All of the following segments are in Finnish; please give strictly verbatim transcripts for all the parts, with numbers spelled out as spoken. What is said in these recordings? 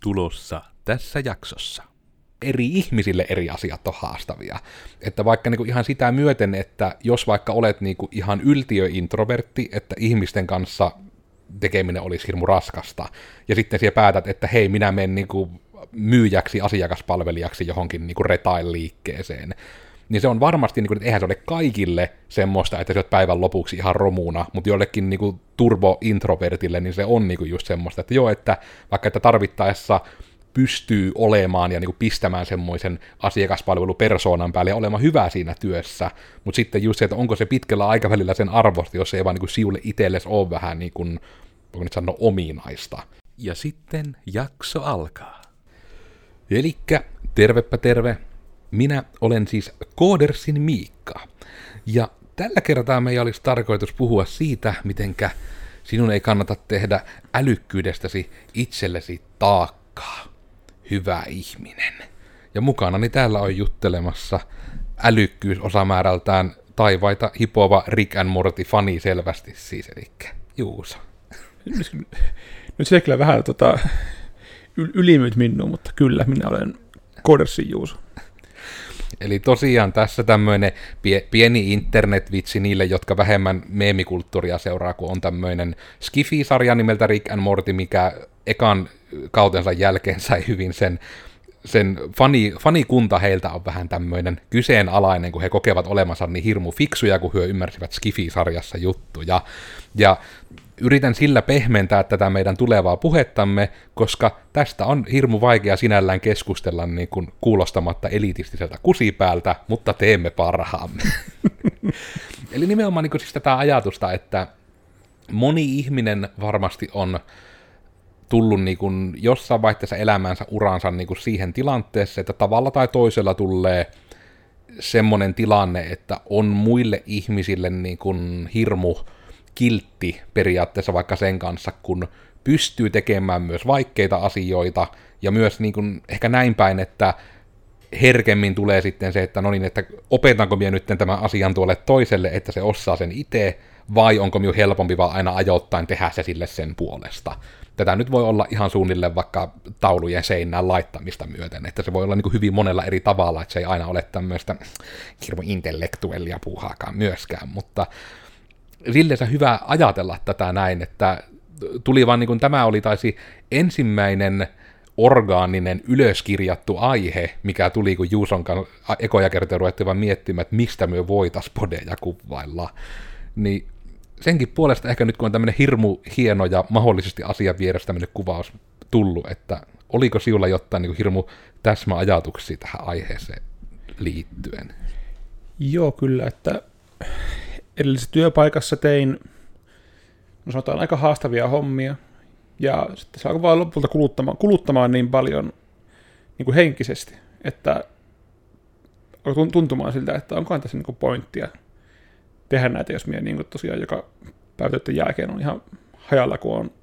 tulossa tässä jaksossa. Eri ihmisille eri asiat on haastavia. Että vaikka niinku ihan sitä myöten, että jos vaikka olet niinku ihan yltiöintrovertti, että ihmisten kanssa tekeminen olisi hirmu raskasta, ja sitten siellä päätät, että hei, minä menen niinku myyjäksi, asiakaspalvelijaksi johonkin niinku retail-liikkeeseen, niin se on varmasti, niin kuin, että eihän se ole kaikille semmoista, että se on päivän lopuksi ihan romuna, mutta jollekin niin kuin turbo-introvertille, niin se on niin kuin just semmoista, että joo, että vaikka että tarvittaessa pystyy olemaan ja niin kuin pistämään semmoisen asiakaspalvelupersoonan päälle ja olemaan hyvä siinä työssä, mutta sitten just se, että onko se pitkällä aikavälillä sen arvosta, jos se ei vaan niin kuin siulle itsellesi ole vähän niin kuin, voiko nyt sanoa, ominaista. Ja sitten jakso alkaa. Elikkä tervepä terve. Minä olen siis Koodersin Miikka, ja tällä kertaa meillä olisi tarkoitus puhua siitä, mitenkä sinun ei kannata tehdä älykkyydestäsi itsellesi taakkaa, hyvä ihminen. Ja mukanani täällä on juttelemassa älykkyys osamäärältään taivaita hipova Rick and Morty fani selvästi siis, elikkä Juuso. Nyt se kyllä vähän tota, yl- ylimyyt minua, mutta kyllä, minä olen Koodersin Juuso. Eli tosiaan tässä tämmöinen pie- pieni internetvitsi niille, jotka vähemmän meemikulttuuria seuraa, kun on tämmöinen Skifi-sarja nimeltä Rick and Morty, mikä ekan kautensa jälkeen sai hyvin sen, sen fani, fanikunta heiltä on vähän tämmöinen kyseenalainen, kun he kokevat olemansa niin hirmu fiksuja, kun he ymmärsivät Skifi-sarjassa juttuja. Ja yritän sillä pehmentää tätä meidän tulevaa puhettamme, koska tästä on hirmu vaikea sinällään keskustella niin kuin kuulostamatta elitistiseltä kusipäältä, mutta teemme parhaamme. Eli nimenomaan niin kuin siis tätä ajatusta, että moni ihminen varmasti on tullut niin kuin jossain vaihteessa elämänsä uransa niin kuin siihen tilanteeseen, että tavalla tai toisella tulee semmoinen tilanne, että on muille ihmisille niin kuin hirmu kiltti periaatteessa vaikka sen kanssa, kun pystyy tekemään myös vaikeita asioita, ja myös niin kuin ehkä näin päin, että herkemmin tulee sitten se, että no niin, että opetanko minä nyt tämän asian tuolle toiselle, että se osaa sen itse, vai onko minun helpompi vaan aina ajoittain tehdä se sille sen puolesta. Tätä nyt voi olla ihan suunnilleen vaikka taulujen seinään laittamista myöten, että se voi olla niin kuin hyvin monella eri tavalla, että se ei aina ole tämmöistä hirmu intellektuellia puuhaakaan myöskään, mutta silleensä hyvä ajatella tätä näin, että tuli vaan niin kuin tämä oli taisi ensimmäinen orgaaninen ylöskirjattu aihe, mikä tuli, kun Juuson kanssa ekoja kertoja ruvettiin vaan miettimään, että mistä me voitais podeja kuvailla. Niin senkin puolesta ehkä nyt, kun on tämmöinen hirmu hieno ja mahdollisesti asian vierestä tämmöinen kuvaus tullut, että oliko sinulla jotain niin kuin hirmu täsmäajatuksia tähän aiheeseen liittyen? Joo, kyllä, että edellisessä työpaikassa tein, no sanotaan, aika haastavia hommia, ja sitten se alkoi vaan lopulta kuluttamaan, kuluttamaan niin paljon niin kuin henkisesti, että alkoi tuntumaan siltä, että onkohan tässä niin kuin pointtia tehdä näitä, jos minä niin kuin tosiaan joka päivätöiden jälkeen on ihan hajalla, kun on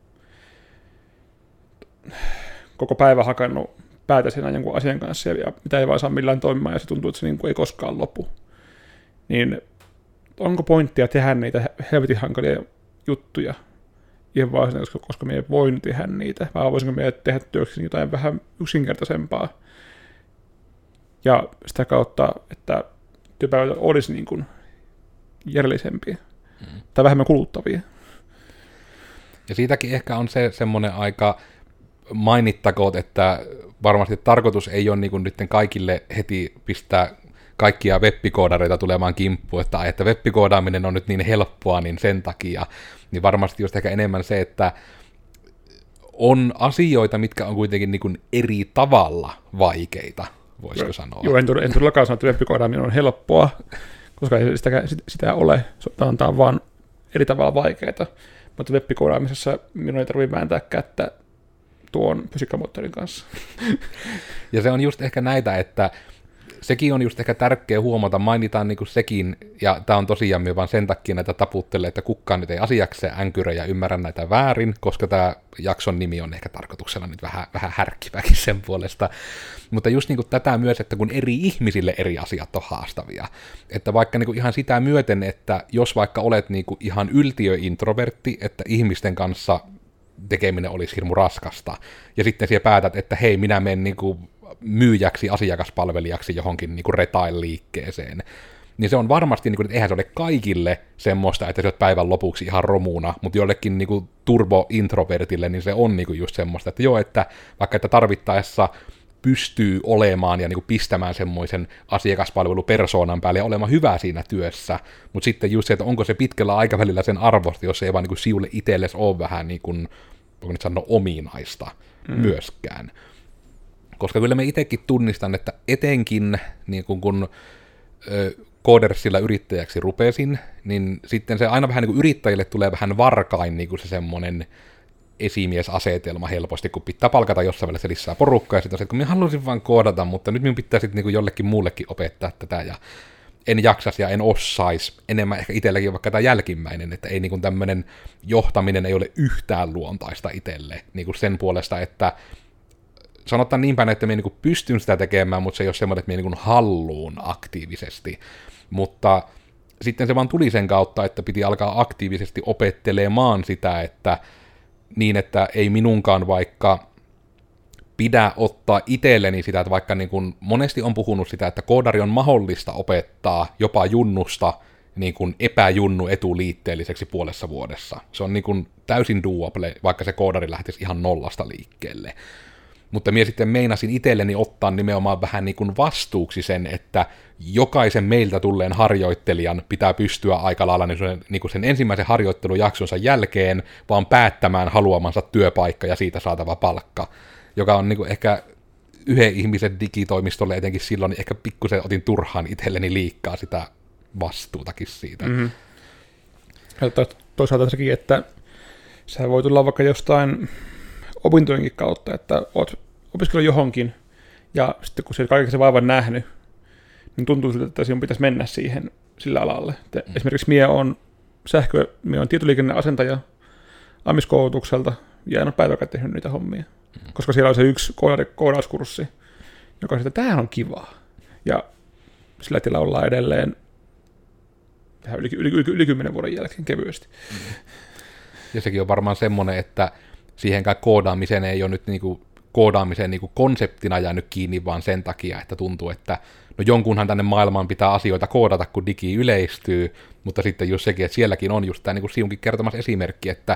koko päivä hakannut päätä siinä jonkun asian kanssa, ja mitä ei vaan saa millään toimimaan, ja se tuntuu, että se niin kuin ei koskaan lopu. Niin onko pointtia tehdä niitä helvetin hankalia juttuja ihan vaan koska, koska me ei voinut tehdä niitä, vaan voisinko me tehdä työksi jotain vähän yksinkertaisempaa. Ja sitä kautta, että työpäivät olisi niin kuin järjellisempiä mm. tai vähemmän kuluttavia. Ja siitäkin ehkä on se semmoinen aika mainittakoon, että varmasti tarkoitus ei ole niin kuin nyt kaikille heti pistää kaikkia web-koodareita tulemaan kimppuun, että, että web-koodaaminen on nyt niin helppoa, niin sen takia, niin varmasti just ehkä enemmän se, että on asioita, mitkä on kuitenkin niin kuin eri tavalla vaikeita, voisiko joo, sanoa. Joo, en, en todellakaan sano, että web-koodaaminen on helppoa, koska ei sitä, sitä ole, se on vaan eri tavalla vaikeita, mutta web-koodaamisessa minun ei tarvitse vääntää kättä tuon fysiikkamoottorin kanssa. Ja se on just ehkä näitä, että sekin on just ehkä tärkeä huomata, mainitaan niinku sekin, ja tämä on tosiaan myös vaan sen takia näitä taputtelee, että kukaan nyt ei asiakseen änkyrä ja ymmärrä näitä väärin, koska tämä jakson nimi on ehkä tarkoituksella nyt vähän, vähän härkkiväkin sen puolesta. Mutta just niinku tätä myös, että kun eri ihmisille eri asiat on haastavia, että vaikka niinku ihan sitä myöten, että jos vaikka olet niinku ihan yltiöintrovertti, että ihmisten kanssa tekeminen olisi hirmu raskasta. Ja sitten siellä päätät, että hei, minä menen niin kuin myyjäksi, asiakaspalvelijaksi johonkin niin kuin retail-liikkeeseen. Niin se on varmasti, niin kuin, että eihän se ole kaikille semmoista, että sä oot päivän lopuksi ihan romuna, mutta jollekin niin kuin turbo-introvertille, niin se on niin kuin just semmoista, että joo, että vaikka että tarvittaessa pystyy olemaan ja niin kuin pistämään semmoisen asiakaspalvelupersoonan päälle ja olemaan hyvä siinä työssä, mutta sitten just se, että onko se pitkällä aikavälillä sen arvosta, jos ei vaan niin kuin siulle itsellesi ole vähän niin kuin, voiko nyt sanoa, ominaista mm. myöskään. Koska kyllä me itsekin tunnistan, että etenkin niin kun, kun ö, Codersilla yrittäjäksi rupesin, niin sitten se aina vähän niin kuin yrittäjille tulee vähän varkain niin kuin se semmoinen esimiesasetelma helposti, kun pitää palkata jossain välissä lisää porukkaa, ja sitten se, että kun minä haluaisin vaan koodata, mutta nyt minun pitää sitten niin kuin jollekin muullekin opettaa tätä, ja en jaksasi ja en osaisi, enemmän ehkä itselläkin vaikka tämä jälkimmäinen, että ei niin kuin tämmöinen johtaminen ei ole yhtään luontaista itselle, niin kuin sen puolesta, että sanotaan niin päin, että minä niin kuin pystyn sitä tekemään, mutta se ei ole semmoinen, että minä niin kuin halluun aktiivisesti, mutta sitten se vaan tuli sen kautta, että piti alkaa aktiivisesti opettelemaan sitä, että niin, että ei minunkaan vaikka pidä ottaa itselleni sitä, että vaikka niin kuin monesti on puhunut sitä, että koodari on mahdollista opettaa jopa junnusta niin kuin epäjunnu etuliitteelliseksi puolessa vuodessa. Se on niin kuin täysin doable, vaikka se koodari lähtisi ihan nollasta liikkeelle. Mutta minä sitten meinasin itselleni ottaa nimenomaan vähän niin kuin vastuuksi sen, että jokaisen meiltä tulleen harjoittelijan pitää pystyä aika lailla niin kuin sen ensimmäisen harjoittelujaksonsa jälkeen vaan päättämään haluamansa työpaikka ja siitä saatava palkka, joka on niin kuin ehkä yhden ihmisen digitoimistolle etenkin silloin, niin ehkä pikkusen otin turhaan itselleni liikkaa sitä vastuutakin siitä. Mm-hmm. Toisaalta sekin, että sä voi tulla vaikka jostain opintojenkin kautta, että oot opiskellut johonkin, ja sitten kun sä kaiken se vaivan nähnyt, niin tuntuu siltä, että sinun pitäisi mennä siihen sillä alalle. Mm. Esimerkiksi minä olen sähkö, minä olen tietoliikenneasentaja amiskoulutukselta, ja en ole päiväkään tehnyt niitä hommia, mm. koska siellä on se yksi koodauskurssi, joka on sitä, tämähän on kivaa. Ja sillä tilalla ollaan edelleen yli, yli, yli, yli kymmenen vuoden jälkeen kevyesti. Mm. Ja sekin on varmaan semmoinen, että siihenkään koodaamiseen ei ole nyt niinku koodaamiseen niinku konseptina jäänyt kiinni vaan sen takia, että tuntuu, että no jonkunhan tänne maailmaan pitää asioita koodata, kun digi yleistyy, mutta sitten just sekin, että sielläkin on just tämä niinku Siunkin kertomassa esimerkki, että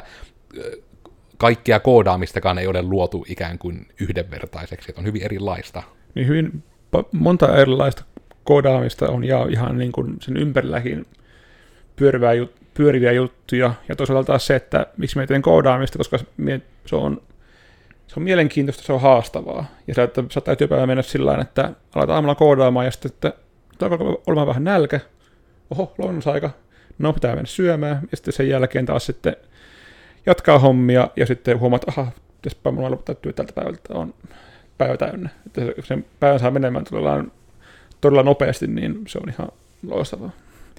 kaikkea koodaamistakaan ei ole luotu ikään kuin yhdenvertaiseksi, että on hyvin erilaista. Niin hyvin monta erilaista koodaamista on ja ihan niin kuin sen ympärilläkin pyörivää jut- pyöriviä juttuja, ja toisaalta taas se, että miksi me teen koodaamista, koska se on, se on mielenkiintoista, se on haastavaa, ja se, että saattaa työpäivä mennä sillä tavalla, että aletaan aamulla koodaamaan, ja sitten, että alkaa olemaan vähän nälkä, oho, lounasaika, no pitää mennä syömään, ja sitten sen jälkeen taas sitten jatkaa hommia, ja sitten huomaat, että aha, tässäpä minulla lopettaa työ tältä päivältä, on päivä täynnä, että sen päivän saa menemään todella, todella nopeasti, niin se on ihan loistavaa.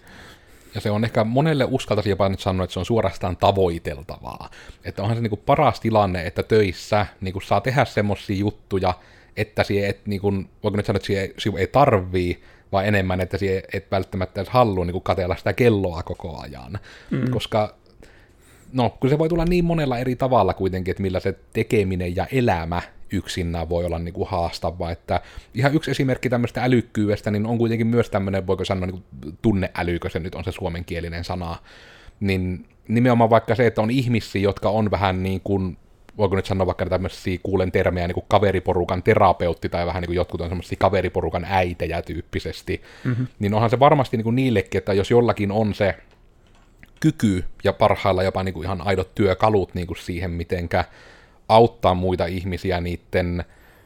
Ja se on ehkä monelle uskaltaisi jopa nyt sanoa, että se on suorastaan tavoiteltavaa. Että onhan se niin kuin paras tilanne, että töissä niin kuin saa tehdä semmoisia juttuja, että siihen et, niin kuin, voiko nyt sanoa, että siihen ei tarvii, vaan enemmän, että siihen et välttämättä edes halua niin kuin katsella sitä kelloa koko ajan. Mm. Koska no, kun se voi tulla niin monella eri tavalla kuitenkin, että millä se tekeminen ja elämä yksinään voi olla niin kuin haastavaa, että ihan yksi esimerkki tämmöistä älykkyydestä, niin on kuitenkin myös tämmöinen, voiko sanoa niin kuin tunneälykö, se nyt on se suomenkielinen sana, niin nimenomaan vaikka se, että on ihmisiä, jotka on vähän niin kuin, voiko nyt sanoa vaikka tämmöisiä, kuulen termejä, niin kuin kaveriporukan terapeutti, tai vähän niin kuin jotkut on semmoisia kaveriporukan äitejä tyyppisesti, mm-hmm. niin onhan se varmasti niin kuin niillekin, että jos jollakin on se kyky ja parhailla jopa niin kuin ihan aidot työkalut niin kuin siihen, mitenkä auttaa muita ihmisiä niiden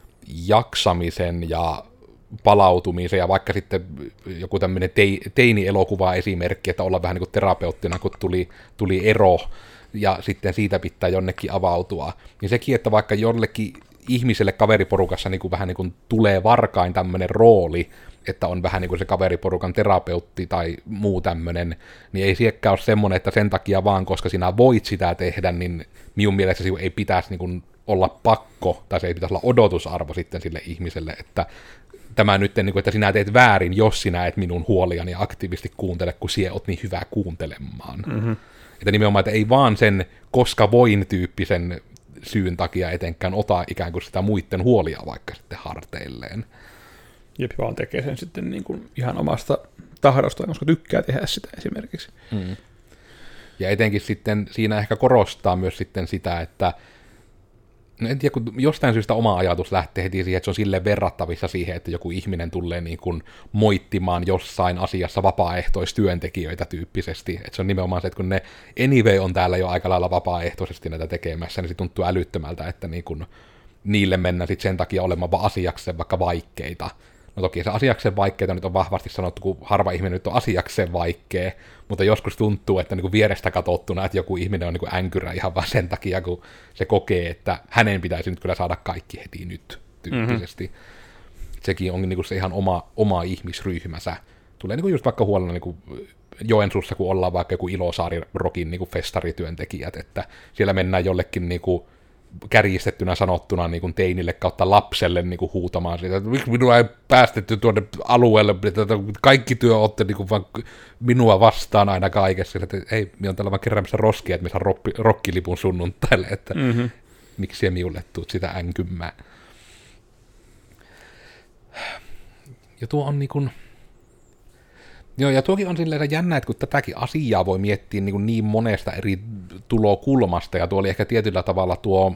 jaksamisen ja palautumisen, ja vaikka sitten joku tämmöinen teini-elokuva esimerkki, että olla vähän niin kuin terapeuttina, kun tuli, tuli ero, ja sitten siitä pitää jonnekin avautua, niin sekin, että vaikka jollekin ihmiselle kaveriporukassa niin kuin vähän niin kuin tulee varkain tämmöinen rooli, että on vähän niin kuin se kaveriporukan terapeutti tai muu tämmöinen, niin ei siekään ole semmoinen, että sen takia vaan, koska sinä voit sitä tehdä, niin minun mielestä ei pitäisi niin kuin olla pakko, tai se ei pitäisi olla odotusarvo sitten sille ihmiselle, että tämä nyt, niin kuin, että sinä teet väärin, jos sinä et minun huoliani aktiivisesti kuuntele, kun sinä olet niin hyvä kuuntelemaan. Mm-hmm. Että nimenomaan, että ei vaan sen koska voin tyyppisen syyn takia etenkään ota ikään kuin sitä muiden huolia vaikka sitten harteilleen. Jep, vaan tekee sen sitten niin kuin ihan omasta tahdostaan, koska tykkää tehdä sitä esimerkiksi. Mm. Ja etenkin sitten siinä ehkä korostaa myös sitten sitä, että no en tiedä, kun jostain syystä oma ajatus lähtee heti siihen, että se on silleen verrattavissa siihen, että joku ihminen tulee niin kuin moittimaan jossain asiassa vapaaehtoistyöntekijöitä tyyppisesti. Että se on nimenomaan se, että kun ne anyway on täällä jo aika lailla vapaaehtoisesti näitä tekemässä, niin se tuntuu älyttömältä, että niin kuin niille mennään sitten sen takia olemaan vaan asiakseen vaikka vaikeita. No toki se asiakseen vaikeita nyt on vahvasti sanottu, kun harva ihminen nyt on asiakseen vaikea, mutta joskus tuntuu, että niin kuin vierestä katsottuna, että joku ihminen on niin kuin änkyrä ihan vaan sen takia, kun se kokee, että hänen pitäisi nyt kyllä saada kaikki heti nyt tyyppisesti. Mm-hmm. Sekin on niin kuin se ihan oma, oma ihmisryhmänsä. Tulee niin kuin just vaikka huolella niin kuin Joensuussa, kun ollaan vaikka joku Ilosaari-rokin niin kuin festarityöntekijät, että siellä mennään jollekin niin kuin kärjistettynä sanottuna niin kuin teinille kautta lapselle niin kuin huutamaan siitä, että miksi minua ei päästetty tuonne alueelle, että kaikki työ olette niin kuin vaan minua vastaan aina kaikessa, että ei, minä olen täällä vaan keräämässä roskia, että minä saan roppi, rokkilipun sunnuntaille, että mm-hmm. miksi se minulle tuut sitä änkymää. Ja tuo on niin kuin joo, ja tuokin on silleen jännä, että kun tätäkin asiaa voi miettiä niin, kuin niin monesta eri tulokulmasta, ja tuo oli ehkä tietyllä tavalla tuo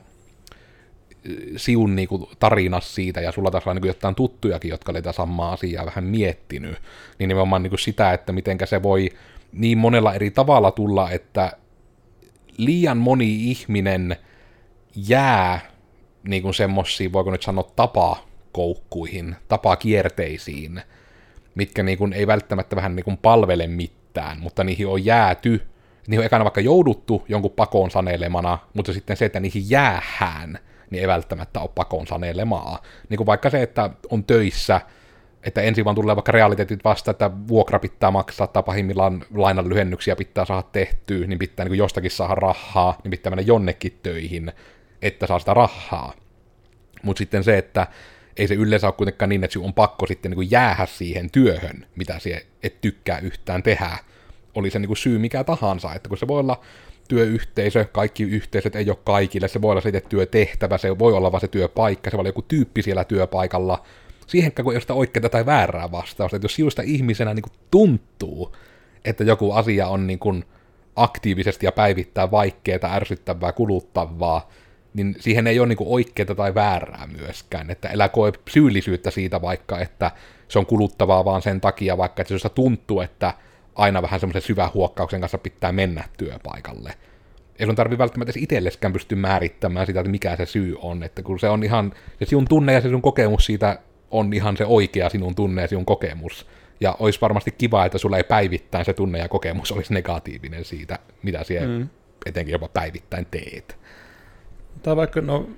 Siun niin kuin tarina siitä, ja sulla taas on niin kuin jotain tuttujakin, jotka oli tätä samaa asiaa vähän miettinyt, niin nimenomaan niin kuin sitä, että mitenkä se voi niin monella eri tavalla tulla, että liian moni ihminen jää niin kuin semmoisiin, voiko nyt sanoa, tapakoukkuihin, tapakierteisiin, mitkä niin kuin ei välttämättä vähän niin kuin palvele mitään, mutta niihin on jääty, niihin on ekana vaikka jouduttu jonkun pakoon sanelemana, mutta sitten se, että niihin jäähään, niin ei välttämättä ole pakoon sanelemaa. Niin kuin vaikka se, että on töissä, että ensin vaan tulee vaikka realiteetit vasta, että vuokra pitää maksaa, tai pahimmillaan lainan lyhennyksiä pitää saada tehtyä, niin pitää niin kuin jostakin saada rahaa, niin pitää mennä jonnekin töihin, että saa sitä rahaa. Mutta sitten se, että ei se yleensä ole kuitenkaan niin, että sinun on pakko sitten niin kuin jäädä siihen työhön, mitä sinä et tykkää yhtään tehdä. Oli se niin kuin syy mikä tahansa, että kun se voi olla työyhteisö, kaikki yhteisöt ei ole kaikille, se voi olla se itse työtehtävä, se voi olla vaan se työpaikka, se voi olla joku tyyppi siellä työpaikalla, siihenkään kun ei ole sitä oikeaa tai väärää vastausta, että jos sinusta ihmisenä niin kuin tuntuu, että joku asia on niin kuin aktiivisesti ja päivittää vaikeaa, ärsyttävää, kuluttavaa, niin siihen ei ole niin kuin oikeaa tai väärää myöskään, että älä koe syyllisyyttä siitä vaikka, että se on kuluttavaa vaan sen takia, vaikka että se tuntuu, että aina vähän semmoisen syvän huokkauksen kanssa pitää mennä työpaikalle. Ei sun tarvitse välttämättä edes itselleskään pysty määrittämään sitä, että mikä se syy on, että kun se on ihan, se sinun tunne ja se sun kokemus siitä on ihan se oikea sinun tunne ja sinun kokemus. Ja olisi varmasti kiva, että sulla ei päivittäin se tunne ja kokemus olisi negatiivinen siitä, mitä siellä mm. etenkin jopa päivittäin teet. Tai vaikka, no,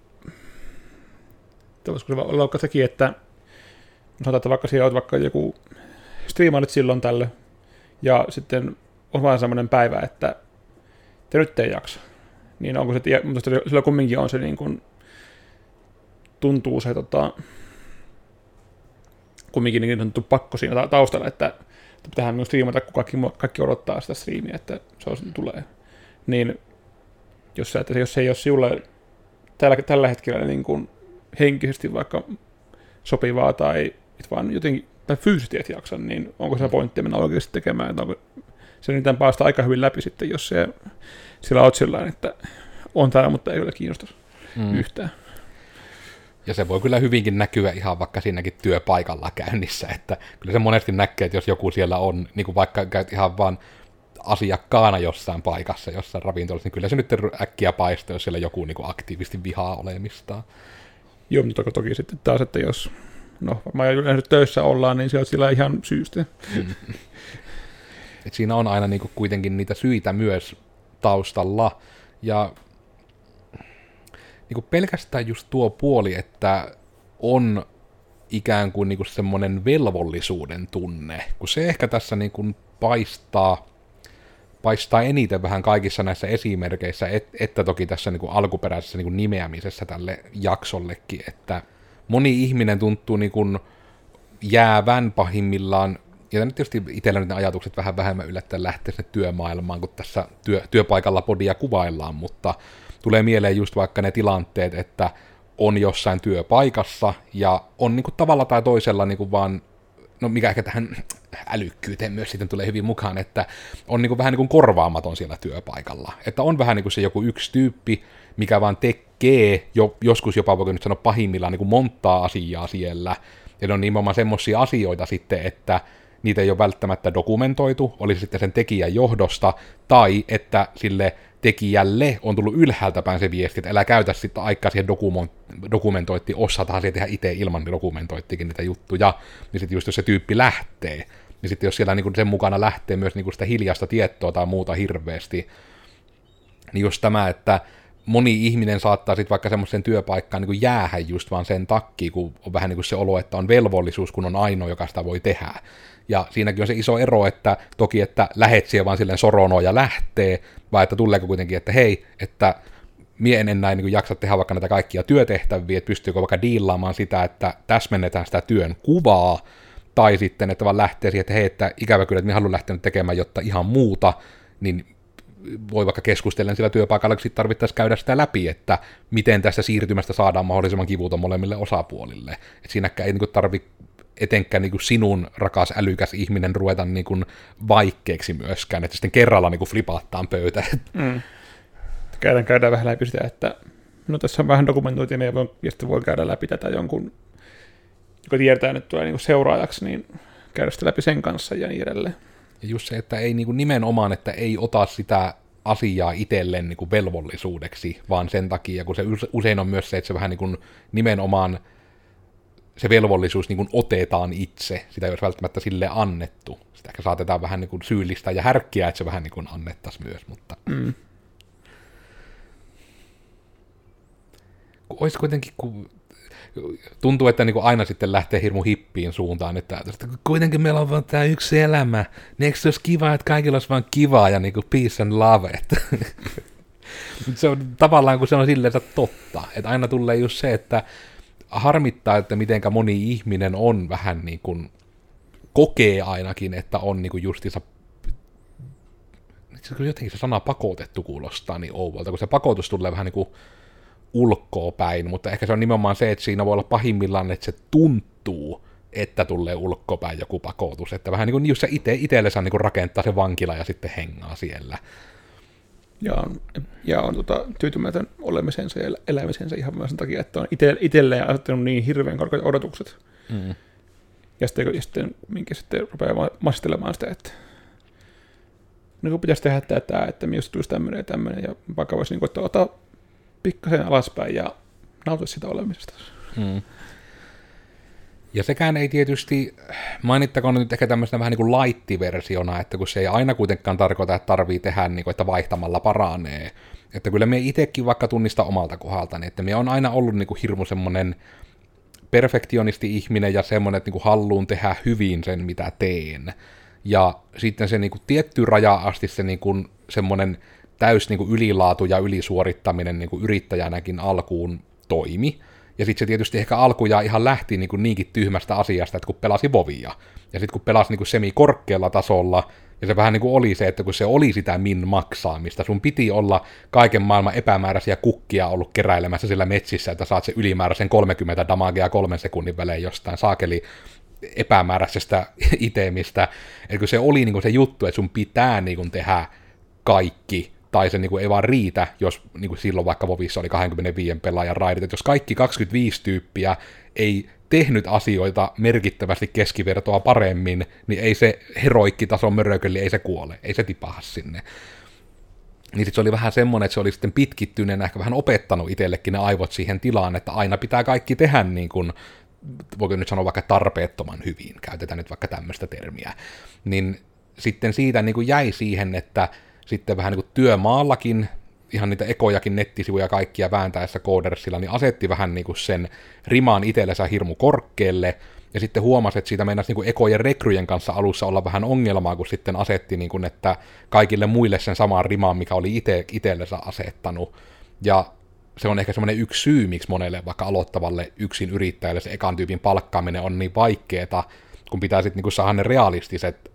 voisiko se olla vaikka sekin, että sanotaan, että vaikka siellä olet vaikka joku striimannut silloin tällöin, ja sitten on vaan semmoinen päivä, että te nyt ei jaksa. Niin onko se, mutta sillä kumminkin on se niin kuin, tuntuu se tota, kumminkin niin sanottu pakko siinä taustalla, että pitäähän myös striimata, kun kaikki, kaikki odottaa sitä striimiä, että se on, tulee. Niin jos, se, että jos se ei ole sinulle tällä, tällä hetkellä niin kuin henkisesti vaikka sopivaa tai et vaan jotenkin tai fyysisesti et jaksa, niin onko se pointti mennä oikeasti tekemään, että onko se niitä päästä aika hyvin läpi sitten, jos se sillä oot sillain, että on täällä, mutta ei ole kiinnosta mm. yhtään. Ja se voi kyllä hyvinkin näkyä ihan vaikka siinäkin työpaikalla käynnissä, että kyllä se monesti näkee, että jos joku siellä on, niin kuin vaikka käyt ihan vaan asiakkaana jossain paikassa, jossain ravintolassa, niin kyllä se nyt äkkiä paistaa, jos siellä joku niin kuin aktiivisesti vihaa olemistaan. Joo, mutta toki sitten taas, että jos no varmaan yleensä töissä ollaan, niin se on sillä ihan syystä. Mm. Et siinä on aina niinku kuitenkin niitä syitä myös taustalla. Ja niinku pelkästään just tuo puoli, että on ikään kuin niinku semmoinen velvollisuuden tunne, kun se ehkä tässä niinku paistaa, paistaa eniten vähän kaikissa näissä esimerkkeissä, et, että toki tässä niinku alkuperäisessä niinku nimeämisessä tälle jaksollekin, että moni ihminen tuntuu niin kuin jäävän pahimmillaan, ja nyt tietysti itsellä nyt ne ajatukset vähän vähemmän yllättäen lähtee sinne työmaailmaan, kun tässä työ, työpaikalla podia kuvaillaan, mutta tulee mieleen just vaikka ne tilanteet, että on jossain työpaikassa, ja on niin kuin tavalla tai toisella niin kuin vaan, no mikä ehkä tähän älykkyyteen myös sitten tulee hyvin mukaan, että on niin kuin vähän niin kuin korvaamaton siellä työpaikalla. Että on vähän niin kuin se joku yksi tyyppi, mikä vaan tekee, jo, joskus jopa voiko nyt sanoa pahimmillaan niin kuin montaa asiaa siellä, ja ne on nimenomaan semmoisia asioita sitten, että niitä ei ole välttämättä dokumentoitu, olisi sitten sen tekijän johdosta, tai että sille tekijälle on tullut ylhäältä päin se viesti, että älä käytä sitten aikaa siihen dokumentoittiin, osataan siihen tehdä itse ilman dokumentoittikin niitä juttuja, niin sitten just jos se tyyppi lähtee, niin sitten jos siellä niinku sen mukana lähtee myös niinku sitä hiljaista tietoa tai muuta hirveästi, niin just tämä, että moni ihminen saattaa sitten vaikka semmoisen työpaikkaan niin kuin jäähä just vaan sen takia, kun on vähän niin kuin se olo, että on velvollisuus, kun on ainoa, joka sitä voi tehdä. Ja siinäkin on se iso ero, että toki, että lähet siihen vaan silleen soronoon ja lähtee, vai että tuleeko kuitenkin, että hei, että mie en enää niin jaksa tehdä vaikka näitä kaikkia työtehtäviä, että pystyykö vaikka diilaamaan sitä, että täsmennetään sitä työn kuvaa, tai sitten, että vaan lähtee siihen, että hei, että ikävä kyllä, että minä haluan lähteä tekemään jotta ihan muuta, niin voi vaikka keskustellen sillä työpaikalla, kun sitten tarvittaisiin käydä sitä läpi, että miten tästä siirtymästä saadaan mahdollisimman kivuton molemmille osapuolille. Et siinäkään ei niin tarvitse etenkään niin sinun rakas älykäs ihminen ruveta niin vaikeaksi myöskään, että sitten kerralla niin flipaattaan pöytä. Mm. Käydään, käydään vähän läpi sitä, että no tässä on vähän dokumentoitia, ja, voi, ja sitten voi käydä läpi tätä jonkun, joka tiedetään, että nyt tulee niin seuraajaksi, niin käydä sitä läpi sen kanssa ja niin edelleen. Ja just se, että ei niin kuin nimenomaan, että ei ota sitä asiaa itselleen niin kuin velvollisuudeksi, vaan sen takia, kun se usein on myös se, että se vähän niin kuin nimenomaan se velvollisuus niin kuin otetaan itse, sitä ei olisi välttämättä sille annettu. Sitä ehkä saatetaan vähän niin kuin syyllistää ja härkkiä, että se vähän niin kuin annettaisiin myös, mutta mm. kun olisi kuitenkin, kun tuntuu, että niin kuin aina sitten lähtee hirmu hippiin suuntaan, että, että kuitenkin meillä on vaan tämä yksi elämä, niin eikö se olisi kiva, että kaikilla olisi vaan kivaa ja niin kuin peace and love, että se on tavallaan, kun se on silleen totta, että aina tulee just se, että harmittaa, että mitenkä moni ihminen on vähän niin kuin, kokee ainakin, että on niin kuin justiinsa, jotenkin se sana pakotettu kuulostaa niin ouvolta, kun se pakotus tulee vähän niin kuin ulkoa päin, mutta ehkä se on nimenomaan se, että siinä voi olla pahimmillaan, että se tuntuu, että tulee ulkopäin joku pakotus, että vähän niin kuin just se ite, itselle saa niin kuin rakentaa se vankila ja sitten hengaa siellä. Ja on, ja on tota, tyytymätön olemisensa ja elämisensä ihan myös sen takia, että on ite, itselleen asettanut niin hirveän korkeat odotukset. Mm. Ja sitten, ja sitten minkä sitten rupeaa mastelemaan sitä, että niin kuin pitäisi tehdä tätä, että minusta tulisi tämmöinen ja tämmöinen, ja vaikka voisi niin kuin, ottaa pikkasen alaspäin ja nauta sitä olemisesta. Hmm. Ja sekään ei tietysti, mainittakoon nyt ehkä tämmöisenä vähän niin kuin light-versiona, että kun se ei aina kuitenkaan tarkoita, että tarvii tehdä, niin kuin, että vaihtamalla paranee. Että kyllä me itsekin vaikka tunnista omalta kohdaltani, että me on aina ollut niin kuin hirmu semmoinen perfektionisti-ihminen ja semmoinen, että niin kuin haluun tehdä hyvin sen, mitä teen. Ja sitten se niin kuin tietty raja asti se niin kuin semmoinen täys niin kuin ylilaatu ja ylisuorittaminen niin kuin yrittäjänäkin alkuun toimi. Ja sitten se tietysti ehkä alkujaan ihan lähti niin kuin niinkin tyhmästä asiasta, että kun pelasi Vovia. Ja sitten kun pelasi niin kuin semi-korkealla tasolla, ja se vähän niin kuin oli se, että kun se oli sitä min maksaamista, sun piti olla kaiken maailman epämääräisiä kukkia ollut keräilemässä sillä metsissä, että saat se ylimääräisen kolmekymmentä damagea kolmen sekunnin välein jostain saakeli epämääräisestä itemistä. Eli kun se oli niin kuin se juttu, että sun pitää niin kuin tehdä kaikki, tai se niinku ei vaan riitä, jos niinku silloin vaikka Vovissa oli kaksikymmentäviisi pelaajan raidit, että jos kaikki kaksikymmentäviisi tyyppiä ei tehnyt asioita merkittävästi keskivertoa paremmin, niin ei se heroikkitason mörököli, ei se kuole, ei se tipaha sinne. Niin sit se oli vähän semmoinen, että se oli sitten pitkittyneenä ehkä vähän opettanut itsellekin ne aivot siihen tilaan, että aina pitää kaikki tehdä niin kuin, voiko nyt sanoa vaikka tarpeettoman hyvin, käytetään nyt vaikka tämmöistä termiä, niin sitten siitä niin kuin jäi siihen, että sitten vähän niin kuin työmaallakin, ihan niitä ekojakin nettisivuja kaikkia vääntäessä Codersilla, niin asetti vähän niin kuin sen rimaan itsellensä hirmu korkealle, ja sitten huomasi, että siitä meinasi niin kuin ekojen rekryjen kanssa alussa olla vähän ongelmaa, kun sitten asetti, niin kuin, että kaikille muille sen samaan rimaan, mikä oli ite, itsellensä asettanut. Ja se on ehkä semmoinen yksi syy, miksi monelle vaikka aloittavalle yksin yrittäjälle se ekan tyypin palkkaaminen on niin vaikeeta, kun pitää sitten niin kuin saada ne realistiset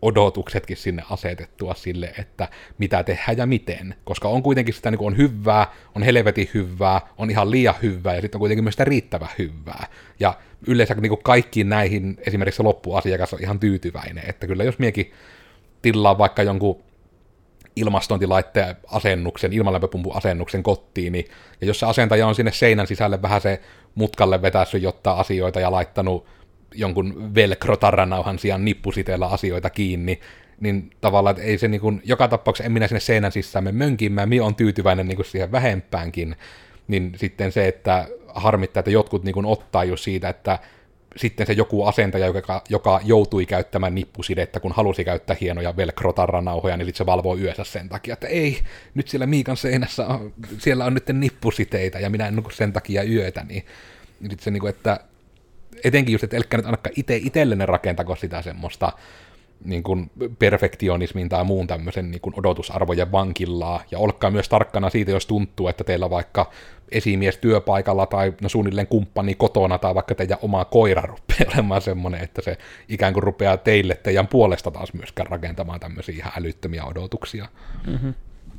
odotuksetkin sinne asetettua sille, että mitä tehdään ja miten, koska on kuitenkin sitä niin kuin on hyvää, on helvetin hyvää, on ihan liian hyvää, ja sitten on kuitenkin myös sitä riittävän hyvää, ja yleensä niin kuin kaikkiin näihin esimerkiksi loppuasiakas on ihan tyytyväinen, että kyllä jos miekin tilaa vaikka jonkun ilmastointilaitteen asennuksen, ilmanlämpöpumpun asennuksen kotiin, niin, ja jos se asentaja on sinne seinän sisälle vähän se mutkalle vetässyt jotta asioita ja laittanut jonkun velcro-tarranauhan sijaan nippusiteellä asioita kiinni, niin tavallaan, että ei se niin kuin, joka tapauksessa en minä sinne seinän sisään mene mönkimään, minä olen tyytyväinen niin kuin siihen vähempäänkin, niin sitten se, että harmittaa, että jotkut niin kuin ottaa just siitä, että sitten se joku asentaja, joka, joka joutui käyttämään nippusidettä, kun halusi käyttää hienoja velcro-tarranauhoja, niin sitten se valvoo yössä sen takia, että ei, nyt siellä Miikan seinässä on, siellä on nyt nippusiteitä, ja minä en nuku sen takia yötä, niin sitten se niin kuin, että etenkin just, että elkkä nyt ainakaan itse itsellenne rakentako sitä semmoista niin kuin perfektionismin tai muun tämmöisen niin kuin odotusarvojen vankillaa, ja olkaa myös tarkkana siitä, jos tuntuu, että teillä vaikka esimies työpaikalla tai no suunnilleen kumppani kotona tai vaikka teidän oma koira rupeaa olemaan semmoinen, että se ikään kuin rupeaa teille teidän puolesta taas myöskään rakentamaan tämmöisiä ihan älyttömiä odotuksia. Mm-hmm.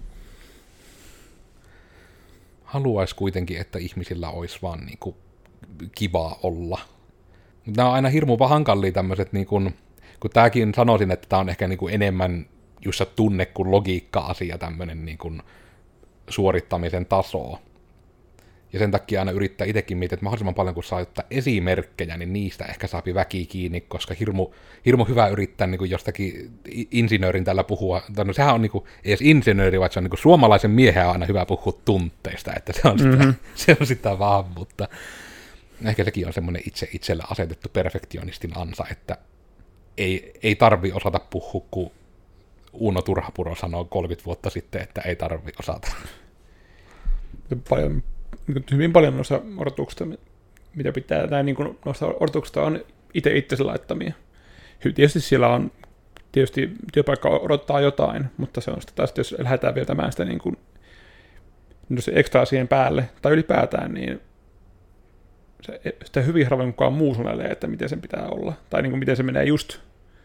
Haluaisi kuitenkin, että ihmisillä olisi vaan niin kuin kivaa olla. Nämä on aina hirmu hankalia tämmöiset, niin kuin, kun tämäkin sanoisin, että tämä on ehkä niin kuin enemmän just tunne kuin logiikka-asia, tämmöinen niin kuin suorittamisen taso. Ja sen takia aina yrittää itsekin miettiä, että mahdollisimman paljon kun saa ottaa esimerkkejä, niin niistä ehkä saapi väki kiinni, koska hirmu, hirmu hyvä yrittää niin kuin jostakin insinöörin tällä puhua. No sehän on niin kuin, ei edes insinööri, vaan se on niin kuin suomalaisen miehen aina hyvä puhua tunteista, että se on sitä, mm-hmm. se on sitä vaan, mutta ehkä sekin on semmoinen itse itselle asetettu perfektionistin ansa, että ei, ei tarvi osata puhua, kun Uno Turhapuro sanoi kolmekymmentä vuotta sitten, että ei tarvi osata. Paljon, hyvin paljon noista odotuksista, mitä pitää, tai niin kuin noista odotuksista on itse itsensä laittamia. Tietysti siellä on, tietysti työpaikka odottaa jotain, mutta se on sitä taas, jos lähdetään vetämään sitä niin kuin, se ekstra siihen päälle, tai ylipäätään, niin se, sitä hyvin harvoin kukaan muu sanailee, että miten sen pitää olla, tai niin kuin miten se menee just.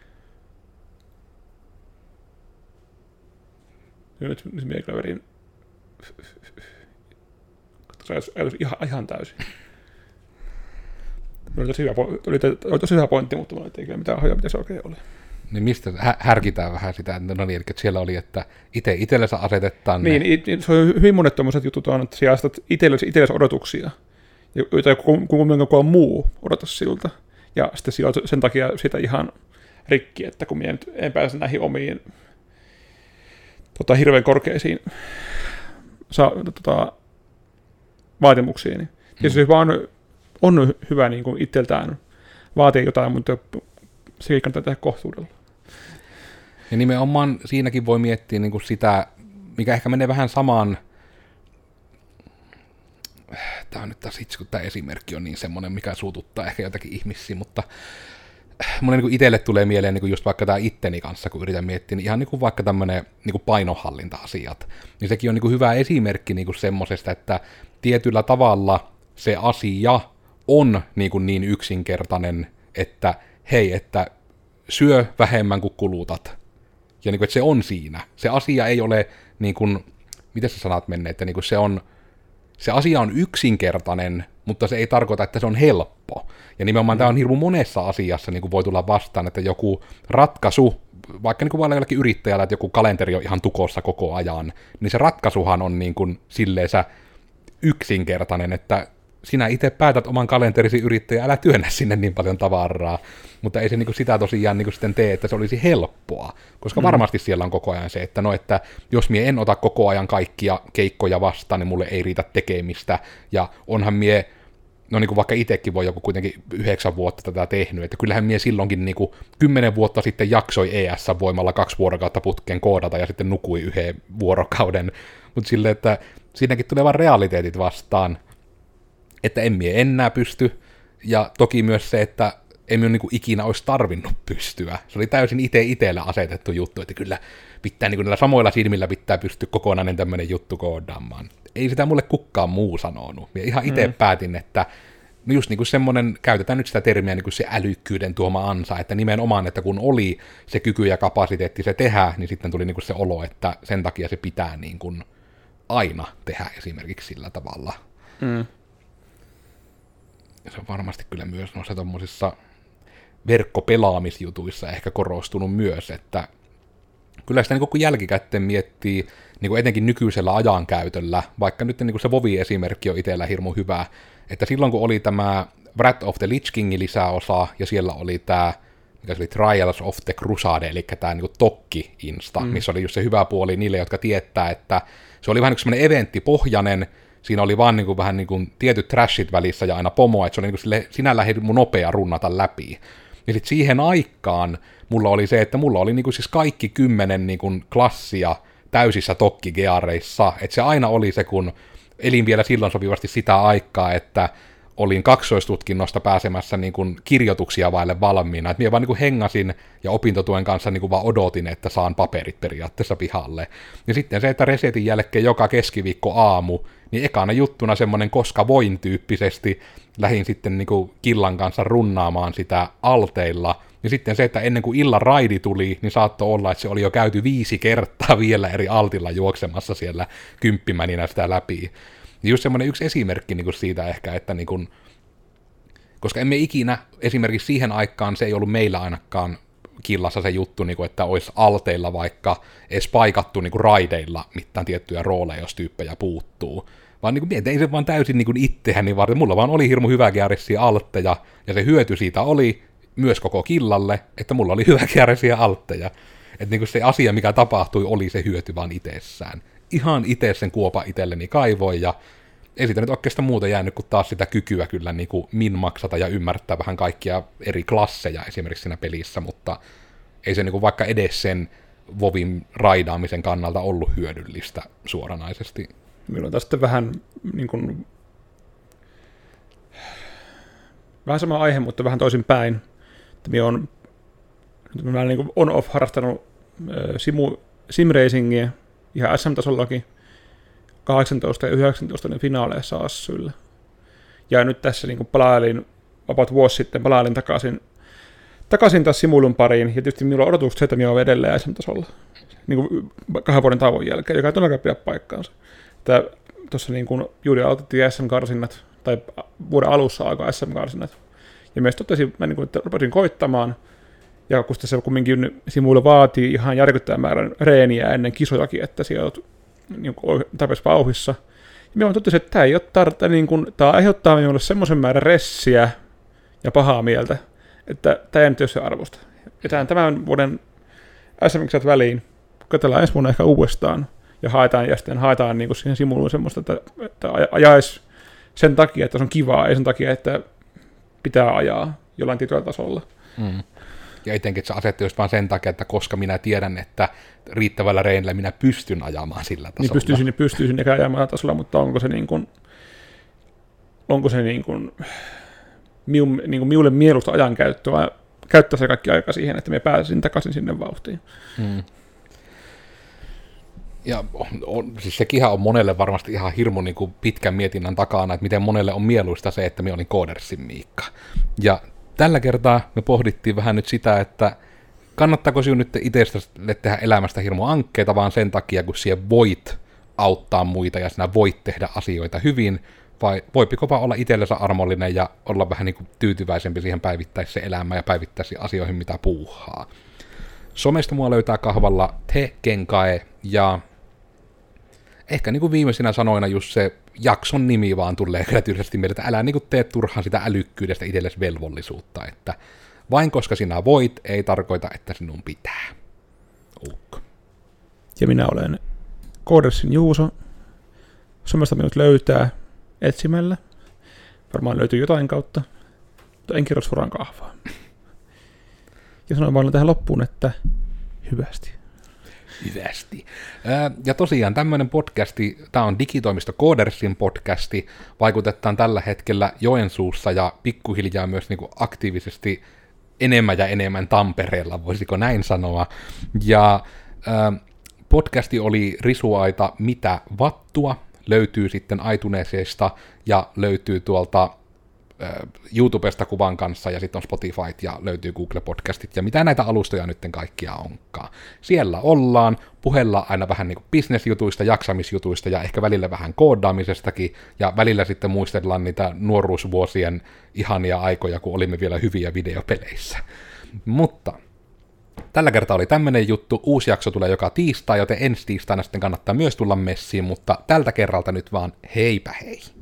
Nyt minä kyllä verin ajatus ihan, ihan täysin. Oli tosi hyvä, oli, oli tosi hyvä pointti, mutta minulla ei kyllä mitään hajoa, mitä se oikein oli. Niin mistä hä- härkitään vähän sitä, no niin, että siellä oli, että itse itsellensä asetetaan niin, ne. Niin, se on hyvin monet tuommoiset jutut on, että sinä asetat itsellesi, itsellesi odotuksia, joita kukaan muu odota siltä, ja sitten siellä on sen takia sitä ihan rikki, että kun minä nyt en pääse näihin omiin tota, hirveän korkeisiin sa, tota, vaatimuksiin, niin tietysti hmm. vaan on hyvä niin kuin itseltään vaatia jotain, mutta sekin kannattaa tehdä kohtuudella. Ja nimenomaan siinäkin voi miettiä niin kuin sitä, mikä ehkä menee vähän samaan, tämä on nyt taas itse, kun tämä esimerkki on niin semmoinen, mikä suututtaa ehkä jotakin ihmisiä, mutta mulle niin kuin itselle tulee mieleen niin kuin just vaikka tämä itteni kanssa, kun yritän miettiä, niin ihan niin kuin vaikka tämmöinen niin kuin painohallinta-asiat, niin sekin on niin kuin hyvä esimerkki niin kuin semmoisesta, että tietyllä tavalla se asia on niin, kuin niin yksinkertainen, että hei, että syö vähemmän kuin kulutat. Ja niin kuin, että se on siinä. Se asia ei ole, niin kuin, miten sä sanat menneet, että niin kuin se on, se asia on yksinkertainen, mutta se ei tarkoita, että se on helppo. Ja nimenomaan mm. tämä on hirveän monessa asiassa niin kuin voi tulla vastaan, että joku ratkaisu, vaikka niin kuin vaan jollakin yrittäjällä, että joku kalenteri on ihan tukossa koko ajan, niin se ratkaisuhan on niin kuin silleensä yksinkertainen, että sinä itse päätät oman kalenterisi yrittäjä, älä työnnä sinne niin paljon tavaraa, mutta ei se niin sitä tosiaan niin sitten tee, että se olisi helppoa, koska mm. varmasti siellä on koko ajan se, että no, että jos mie en ota koko ajan kaikkia keikkoja vastaan, niin mulle ei riitä tekemistä, ja onhan mie, no niin kuin vaikka itsekin voi joku kuitenkin yhdeksän vuotta tätä tehnyt, että kyllähän mie silloinkin niin kuin kymmenen vuotta sitten jaksoi E S-voimalla kaksi vuorokautta putkeen koodata, ja sitten nukui yhden vuorokauden, mutta silleen, että siinäkin tulee vaan realiteetit vastaan, että en mie enää pysty, ja toki myös se, että en minun niin ikinä olisi tarvinnut pystyä. Se oli täysin itse itsellä asetettu juttu, että kyllä pitää niin näillä samoilla silmillä pitää pystyä kokonainen tämmöinen juttu koodaamaan. Ei sitä mulle kukaan muu sanonut. Minä ihan itse mm. päätin, että no just niin kuin semmoinen, käytetään nyt sitä termiä niin kuin se älykkyyden tuoma ansa, että nimenomaan, että kun oli se kyky ja kapasiteetti se tehdä, niin sitten tuli niin kuin se olo, että sen takia se pitää niin kuin aina tehdä esimerkiksi sillä tavalla. Mm. Se on varmasti kyllä myös noissa tommosissa verkkopelaamisjutuissa ehkä korostunut myös, että kyllä sitä niin kun jälkikäteen miettii, niin kuin etenkin nykyisellä ajankäytöllä, vaikka nyt niin kuin se Vovi-esimerkki on itsellä hirmu hyvä, että silloin kun oli tämä Wrath of the Lich Kingin lisäosa, ja siellä oli tämä, mikä se oli Trials of the Crusade, eli tämä niin kuin Tokki-insta, mm. missä oli just se hyvä puoli niille, jotka tietää, että se oli vähän niin semmoinen eventtipohjainen, siinä oli vaan niin kuin vähän niin kuin tietyt trashit välissä ja aina pomoa, että se oli niin kuin sille, sinällä mun nopea runnata läpi. Ja sitten siihen aikaan mulla oli se, että mulla oli niin kuin siis kaikki kymmenen niin kuin klassia täysissä tokkigeareissa, että se aina oli se, kun elin vielä silloin sopivasti sitä aikaa, että olin kaksoistutkinnosta pääsemässä niin kuin kirjoituksia vaille valmiina, että minä vaan niin kuin hengasin ja opintotuen kanssa niin kuin vaan odotin, että saan paperit periaatteessa pihalle. Ja sitten se, että resetin jälkeen joka keskiviikko aamu, niin ekana juttuna semmoinen koska voin tyyppisesti lähdin sitten niin kuin killan kanssa runnaamaan sitä alteilla. Ja sitten se, että ennen kuin illan raidi tuli, niin saattoi olla, että se oli jo käyty viisi kertaa vielä eri altilla juoksemassa siellä kymppimäninä sitä läpi. Ja just semmoinen yksi esimerkki niin kuin siitä ehkä, että niin kuin, koska emme ikinä, esimerkiksi siihen aikaan se ei ollut meillä ainakaan killassa se juttu, niin kuin, että olisi alteilla vaikka edes paikattu niin kuin raideilla mitään tiettyjä rooleja, jos tyyppejä puuttuu. Vaan niin kuin, ei se vaan täysin niin kuin itseäni varten. Mulla vaan oli hirmu hyväkääräisiä altteja, ja se hyöty siitä oli myös koko killalle, että mulla oli hyväkääräisiä altteja. Että niin kuin se asia, mikä tapahtui, oli se hyöty vaan itsessään. Ihan itse sen kuopa itselleni kaivoin, ja ei siitä nyt oikeastaan muuta jäänyt kuin taas sitä kykyä kyllä niin kuin min-maksata ja ymmärtää vähän kaikkia eri klasseja esimerkiksi siinä pelissä, mutta ei se niin kuin vaikka edes sen Vovin raidaamisen kannalta ollut hyödyllistä suoranaisesti. Minulla on taas sitten vähän niin kuin, vähän sama aihe, mutta vähän toisin päin. Minä olen niin on-off harrastanut äh, simu, simracingia ihan S M-tasollakin, kahdeksantoista ja yhdeksäntoista ne finaaleissa Assyillä. Ja nyt tässä niin kuin palailin, about vuosi sitten palailin takaisin, takaisin taas Simulun pariin, ja tietysti minulla on odotukset se, että minä olen edelleen S M-tasolla niin kuin kahden vuoden tauon jälkeen, joka ei todellakaan pidä paikkaansa. Tuossa niin kuin juuri aloitettiin S M-karsinnat, tai vuoden alussa alkoi S M-karsinnat, ja myös totesin, mä niin kuin, että rupesin koittamaan, ja kun se kumminkin Simula vaatii ihan järkyttävän määrän reeniä ennen kisojakin, että siellä olet niin tarpeeksi vauhissa. Ja minä totesin, että tämä ei ole tarvitse, niin kuin, tämä aiheuttaa minulle semmoisen määrän ressiä ja pahaa mieltä, että tämä ei nyt ole se arvosta. Jätään tämän vuoden S M-kisat väliin, katsellaan ensi vuonna ehkä uudestaan, ja haetaan, ja sitten haetaan niin kuin siihen Simuluun semmoista, että, että ajaisi sen takia, että se on kivaa, ei sen takia, että pitää ajaa jollain tietyllä tasolla. Mm. Ja etenkin, että se asettu just vaan sen takia, että koska minä tiedän, että riittävällä reinillä minä pystyn ajamaan sillä tasolla. Niin pystyisin ja pystyisin eikä ajamaan tasolla, mutta onko se niin kuin, onko se niin kuin, miu, niin kuin miulle mieluista ajankäyttöä, vai käyttää se kaikki aika siihen, että me pääsisin takaisin sinne vauhtiin. Hmm. Ja on, on, siis sekinhän on monelle varmasti ihan hirmu niin kuin pitkän mietinnän takana, että miten monelle on mieluista se, että minä olin Codersin Miikka. Ja tällä kertaa me pohdittiin vähän nyt sitä, että kannattaako sinun nyt itsestäsi tehdä elämästä hirmu ankkeita, vaan sen takia, kun sinä voit auttaa muita ja sinä voit tehdä asioita hyvin, vai voipiko vaan olla itsellensä armollinen ja olla vähän niin kuin tyytyväisempi siihen päivittäiseen elämään ja päivittäisiin asioihin, mitä puuhaa. Somesta mua löytää kahvalla Te Kenkae, ja ehkä niin kuin viimeisinä sanoina just se jakson nimi vaan tulee kyllä tyylisesti mieltä, että älä niin kuin tee turhaan sitä älykkyydestä itsellesi velvollisuutta, että vain koska sinä voit, ei tarkoita, että sinun pitää. Ukko. Ja minä olen Codersin Juuso. Somesta minut löytää etsimällä. Varmaan löytyy jotain kautta, mutta en kirjoita suoraan kahvaa. Ja sanoin vaan tähän loppuun, että hyvästi. Hyvästi. Ja tosiaan tämmöinen podcasti, tämä on Digitoimisto Codersin podcasti, vaikutetaan tällä hetkellä Joensuussa ja pikkuhiljaa myös niin kuin aktiivisesti enemmän ja enemmän Tampereella, voisiko näin sanoa. Ja äh, podcasti oli Risuaita Mitä vattua, löytyy sitten iTunesista ja löytyy tuolta YouTubesta kuvan kanssa, ja sitten on Spotifyt, ja löytyy Google-podcastit, ja mitä näitä alustoja nyt kaikkia onkaan. Siellä ollaan, puhellaan aina vähän niin kuin business-jutuista, jaksamisjutuista, ja ehkä välillä vähän koodaamisestakin, ja välillä sitten muistellaan niitä nuoruusvuosien ihania aikoja, kun olimme vielä hyviä videopeleissä. Mutta tällä kertaa oli tämmönen juttu, uusi jakso tulee joka tiistai, joten ensi tiistaina sitten kannattaa myös tulla messiin, mutta tältä kerralta nyt vaan heipä hei!